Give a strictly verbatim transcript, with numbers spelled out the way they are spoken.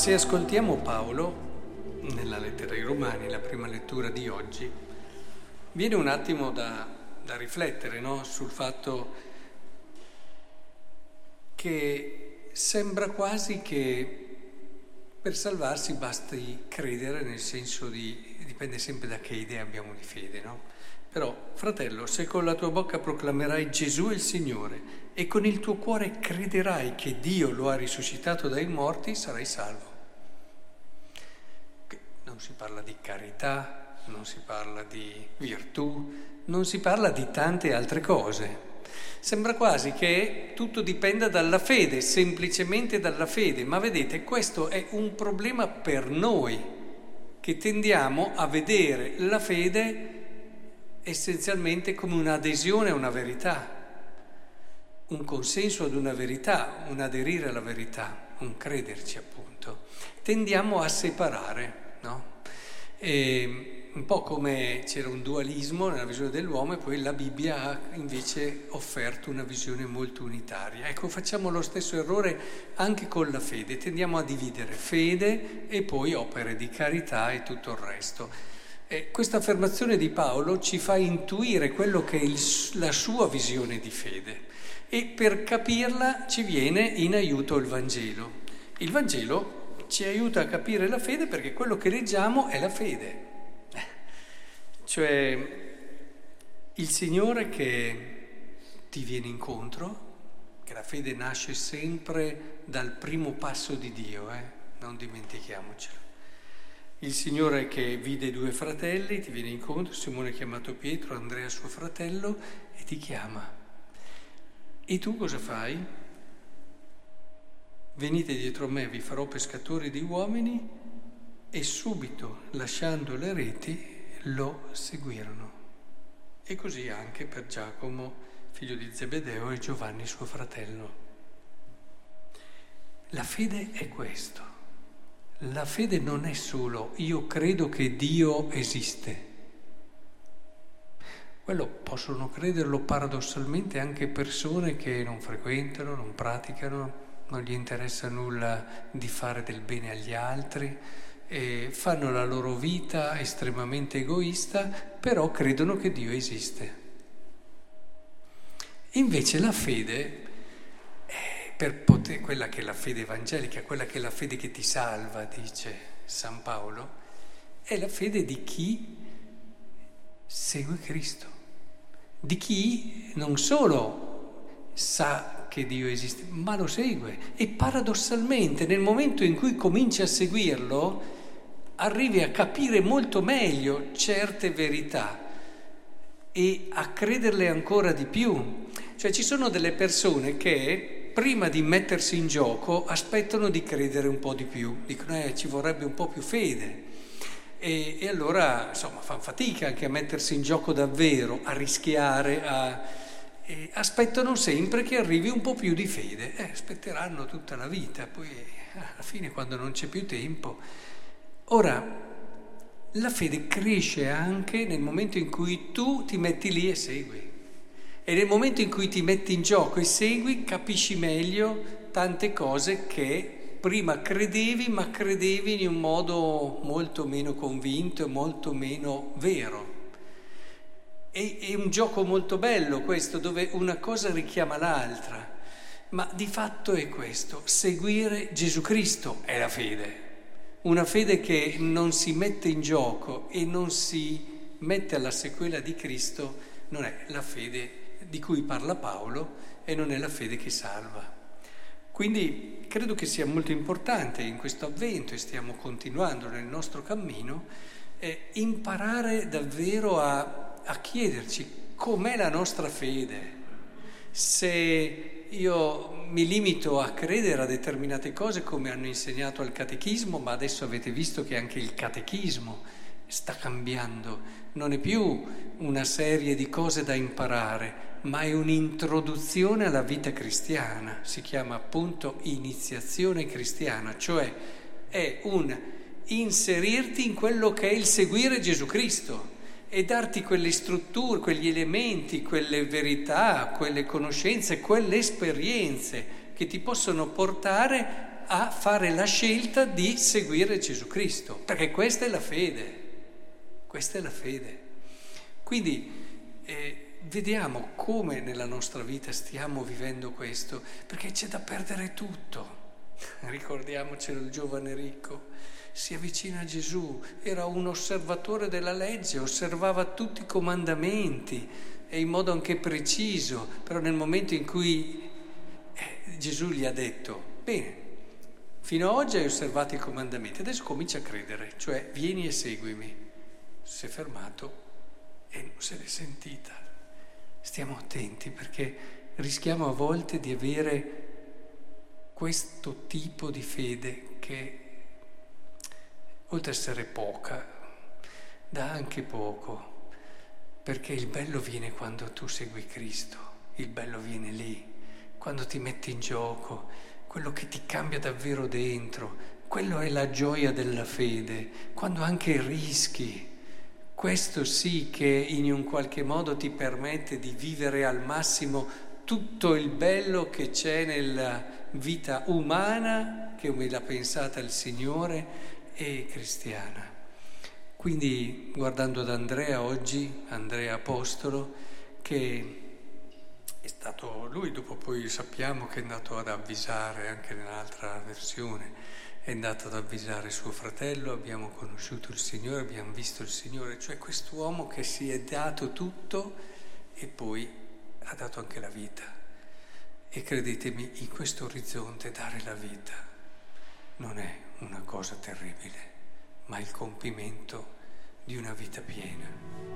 Se ascoltiamo Paolo nella lettera ai Romani, la prima lettura di oggi, viene un attimo da, da riflettere, no? Sul fatto che sembra quasi che per salvarsi basti credere, nel senso di, dipende sempre da che idea abbiamo di fede, no? Però, fratello, se con la tua bocca proclamerai Gesù è il Signore e con il tuo cuore crederai che Dio lo ha risuscitato dai morti, sarai salvo. Non si parla di carità, non si parla di virtù, non si parla di tante altre cose. Sembra quasi che tutto dipenda dalla fede, semplicemente dalla fede, ma vedete, questo è un problema per noi, che tendiamo a vedere la fede essenzialmente come un'adesione a una verità, un consenso ad una verità, un aderire alla verità, un crederci appunto. Tendiamo a separare, no? E un po' come c'era un dualismo nella visione dell'uomo e poi la Bibbia ha invece offerto una visione molto unitaria. Ecco, facciamo lo stesso errore anche con la fede, tendiamo a dividere fede e poi opere di carità e tutto il resto. E questa affermazione di Paolo ci fa intuire quello che è il, la sua visione di fede e per capirla ci viene in aiuto il Vangelo. Il Vangelo ci aiuta a capire la fede perché quello che leggiamo è la fede, cioè il Signore che ti viene incontro, che la fede nasce sempre dal primo passo di Dio, eh? Non dimentichiamocelo. Il Signore che vide due fratelli, ti viene incontro, Simone chiamato Pietro, Andrea suo fratello, e ti chiama. E tu cosa fai? Venite dietro a me, vi farò pescatori di uomini, e subito, lasciando le reti, lo seguirono. E così anche per Giacomo, figlio di Zebedeo, e Giovanni suo fratello. La fede è questo. La fede non è solo io credo che Dio esiste. Quello possono crederlo paradossalmente anche persone che non frequentano, non praticano, non gli interessa nulla di fare del bene agli altri, e fanno la loro vita estremamente egoista, però credono che Dio esiste. Invece la fede, per poter, quella che è la fede evangelica, quella che è la fede che ti salva, dice San Paolo, è la fede di chi segue Cristo, di chi non solo sa che Dio esiste, ma lo segue e paradossalmente nel momento in cui cominci a seguirlo arrivi a capire molto meglio certe verità e a crederle ancora di più. Cioè ci sono delle persone che prima di mettersi in gioco aspettano di credere un po' di più, dicono eh, ci vorrebbe un po' più fede e, e allora insomma fanno fatica anche a mettersi in gioco davvero, a rischiare, a, e aspettano sempre che arrivi un po' più di fede, eh, aspetteranno tutta la vita, poi alla fine quando non c'è più tempo. Ora, la fede cresce anche nel momento in cui tu ti metti lì e segui. E nel momento in cui ti metti in gioco e segui, capisci meglio tante cose che prima credevi, ma credevi in un modo molto meno convinto e molto meno vero. E, è un gioco molto bello questo, dove una cosa richiama l'altra, ma di fatto è questo, seguire Gesù Cristo è la fede. Una fede che non si mette in gioco e non si mette alla sequela di Cristo non è la fede di cui parla Paolo e non è la fede che salva. Quindi credo che sia molto importante in questo avvento, e stiamo continuando nel nostro cammino, eh, imparare davvero a, a chiederci com'è la nostra fede. Se io mi limito a credere a determinate cose come hanno insegnato al catechismo, ma adesso avete visto che anche il catechismo sta cambiando, non è più una serie di cose da imparare, ma è un'introduzione alla vita cristiana, si chiama appunto iniziazione cristiana, cioè è un inserirti in quello che è il seguire Gesù Cristo e darti quelle strutture, quegli elementi, quelle verità, quelle conoscenze, quelle esperienze che ti possono portare a fare la scelta di seguire Gesù Cristo, perché questa è la fede, questa è la fede. Quindi eh, vediamo come nella nostra vita stiamo vivendo questo, perché c'è da perdere tutto. Ricordiamocelo, il giovane ricco si avvicina a Gesù, era un osservatore della legge, osservava tutti i comandamenti e in modo anche preciso, però nel momento in cui eh, Gesù gli ha detto, bene, fino ad oggi hai osservato i comandamenti, adesso comincia a credere, cioè vieni e seguimi. Si è fermato e non se l'è sentita. Stiamo attenti perché rischiamo a volte di avere questo tipo di fede che, oltre ad essere poca, dà anche poco, perché il bello viene quando tu segui Cristo, il bello viene lì, quando ti metti in gioco, quello che ti cambia davvero dentro, quello è la gioia della fede, quando anche rischi. Questo sì che in un qualche modo ti permette di vivere al massimo tutto il bello che c'è nella vita umana, che me l'ha pensata il Signore, e cristiana. Quindi guardando ad Andrea oggi, Andrea Apostolo, che è stato lui, dopo poi sappiamo che è andato ad avvisare, anche nell'altra versione, è andato ad avvisare suo fratello, abbiamo conosciuto il Signore, abbiamo visto il Signore, cioè quest'uomo che si è dato tutto e poi ha dato anche la vita. E credetemi, in questo orizzonte dare la vita non è una cosa terribile, ma il compimento di una vita piena.